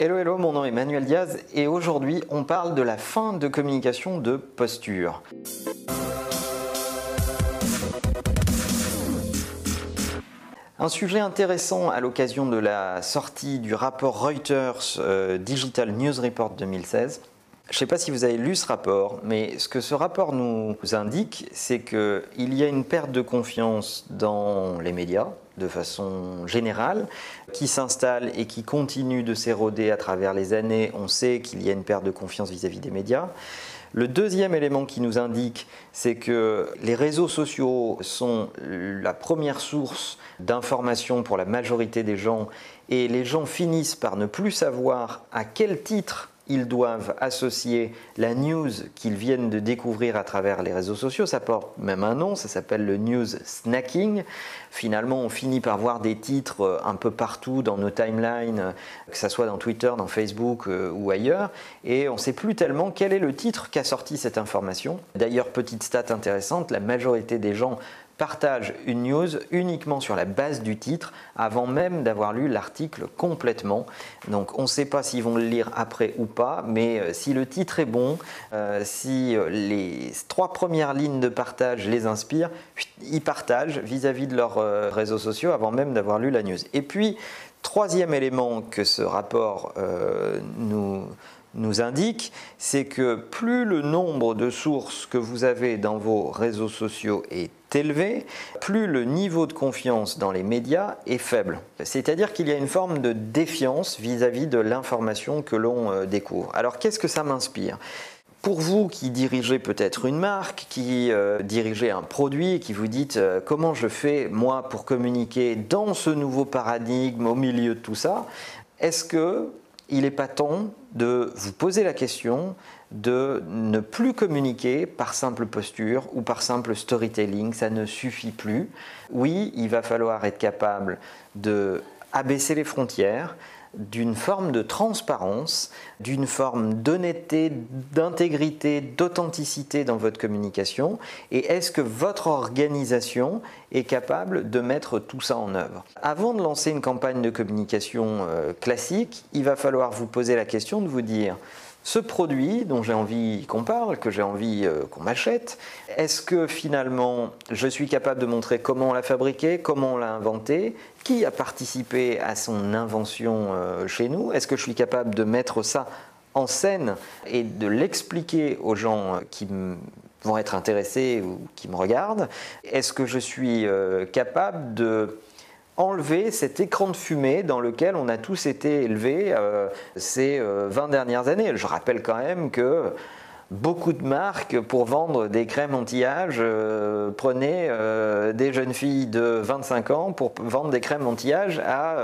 Hello, hello, mon nom est Manuel Diaz et aujourd'hui on parle de la fin de communication de posture. Un sujet intéressant à l'occasion de la sortie du rapport Reuters Digital News Report 2016. Je ne sais pas si vous avez lu ce rapport, mais ce que ce rapport nous indique, c'est qu'il y a une perte de confiance dans les médias, de façon générale, qui s'installe et qui continue de s'éroder à travers les années. On sait qu'il y a une perte de confiance vis-à-vis des médias. Le deuxième élément qui nous indique, c'est que les réseaux sociaux sont la première source d'information pour la majorité des gens et les gens finissent par ne plus savoir à quel titre ils doivent associer la news qu'ils viennent de découvrir à travers les réseaux sociaux. Ça porte même un nom, ça s'appelle le news snacking. Finalement, on finit par voir des titres un peu partout dans nos timelines, que ce soit dans Twitter, dans Facebook ou ailleurs, et on ne sait plus tellement quel est le titre qu'a sorti cette information. D'ailleurs, petite stat intéressante, la majorité des gens partagent une news uniquement sur la base du titre avant même d'avoir lu l'article complètement. Donc on ne sait pas s'ils vont le lire après ou pas, mais si le titre est bon, si les 3 premières lignes de partage les inspirent, ils partagent vis-à-vis de leurs réseaux sociaux avant même d'avoir lu la news. Et puis, troisième élément que ce rapport nous indique, c'est que plus le nombre de sources que vous avez dans vos réseaux sociaux est élevé, plus le niveau de confiance dans les médias est faible. C'est-à-dire qu'il y a une forme de défiance vis-à-vis de l'information que l'on découvre. Alors qu'est-ce que ça m'inspire ? Pour vous qui dirigez peut-être une marque, qui dirigez un produit, qui vous dites comment je fais moi pour communiquer dans ce nouveau paradigme au milieu de tout ça, est-ce qu'il n'est pas temps de vous poser la question de ne plus communiquer par simple posture ou par simple storytelling, ça ne suffit plus. Oui, il va falloir être capable d'abaisser les frontières, d'une forme de transparence, d'une forme d'honnêteté, d'intégrité, d'authenticité dans votre communication. Et est-ce que votre organisation est capable de mettre tout ça en œuvre? Avant de lancer une campagne de communication classique, il va falloir vous poser la question de vous dire: ce produit dont j'ai envie qu'on parle, que j'ai envie qu'on m'achète, est-ce que finalement je suis capable de montrer comment on l'a fabriqué, comment on l'a inventé, qui a participé à son invention chez nous? Est-ce que je suis capable de mettre ça en scène et de l'expliquer aux gens qui vont être intéressés ou qui me regardent? Est-ce que je suis capable de enlever cet écran de fumée dans lequel on a tous été élevés ces 20 dernières années. Je rappelle quand même que beaucoup de marques, pour vendre des crèmes anti-âge, prenaient des jeunes filles de 25 ans pour vendre des crèmes anti-âge à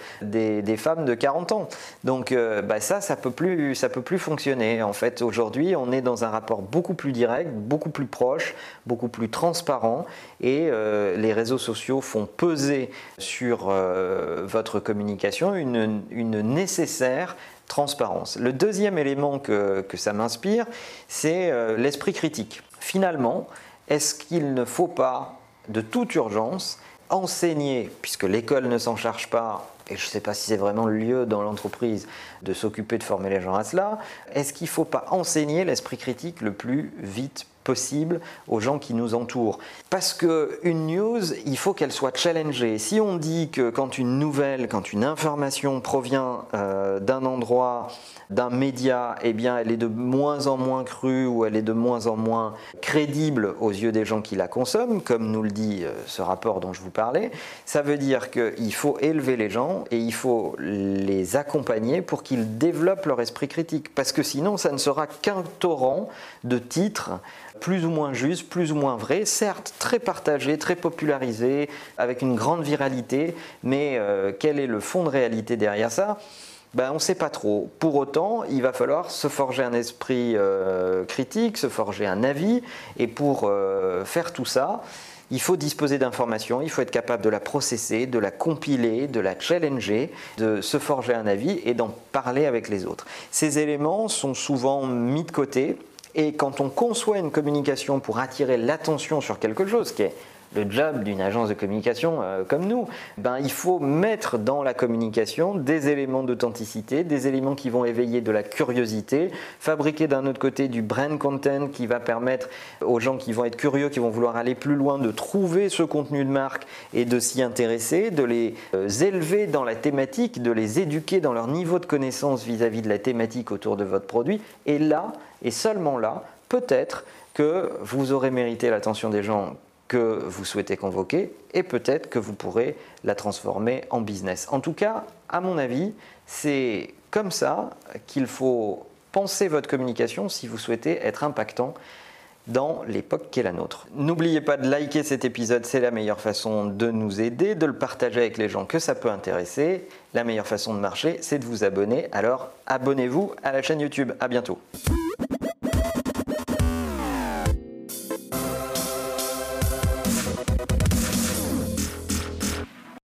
des femmes de 40 ans. Donc ça peut plus fonctionner. En fait, aujourd'hui, on est dans un rapport beaucoup plus direct, beaucoup plus proche, beaucoup plus transparent, et les réseaux sociaux font peser sur votre communication une nécessaire transparence. Le deuxième élément que ça m'inspire, c'est l'esprit critique. Finalement, est-ce qu'il ne faut pas, de toute urgence, enseigner, puisque l'école ne s'en charge pas, et je ne sais pas si c'est vraiment le lieu dans l'entreprise de s'occuper de former les gens à cela, est-ce qu'il ne faut pas enseigner l'esprit critique le plus vite possible aux gens qui nous entourent? Parce qu'une news, il faut qu'elle soit challengée. Si on dit que quand une nouvelle, quand une information provient d'un endroit, d'un média, eh bien elle est de moins en moins crue ou elle est de moins en moins crédible aux yeux des gens qui la consomment, comme nous le dit ce rapport dont je vous parlais, ça veut dire qu'il faut élever les gens et il faut les accompagner pour qu'ils développent leur esprit critique. Parce que sinon, ça ne sera qu'un torrent de titres plus ou moins juste, plus ou moins vrai, certes très partagé, très popularisé, avec une grande viralité, mais quel est le fond de réalité derrière ça? On ne sait pas trop. Pour autant, il va falloir se forger un esprit critique, se forger un avis, et pour faire tout ça, il faut disposer d'informations, il faut être capable de la processer, de la compiler, de la challenger, de se forger un avis et d'en parler avec les autres. Ces éléments sont souvent mis de côté. Et quand on conçoit une communication pour attirer l'attention sur quelque chose, qui est le job d'une agence de communication comme nous. Il faut mettre dans la communication des éléments d'authenticité, des éléments qui vont éveiller de la curiosité, fabriquer d'un autre côté du brand content qui va permettre aux gens qui vont être curieux, qui vont vouloir aller plus loin, de trouver ce contenu de marque et de s'y intéresser, de les élever dans la thématique, de les éduquer dans leur niveau de connaissance vis-à-vis de la thématique autour de votre produit. Et là, et seulement là, peut-être que vous aurez mérité l'attention des gens que vous souhaitez convoquer et peut-être que vous pourrez la transformer en business. En tout cas, à mon avis, c'est comme ça qu'il faut penser votre communication si vous souhaitez être impactant dans l'époque qui est la nôtre. N'oubliez pas de liker cet épisode, c'est la meilleure façon de nous aider, de le partager avec les gens que ça peut intéresser. La meilleure façon de marcher, c'est de vous abonner. Alors abonnez-vous à la chaîne YouTube. À bientôt.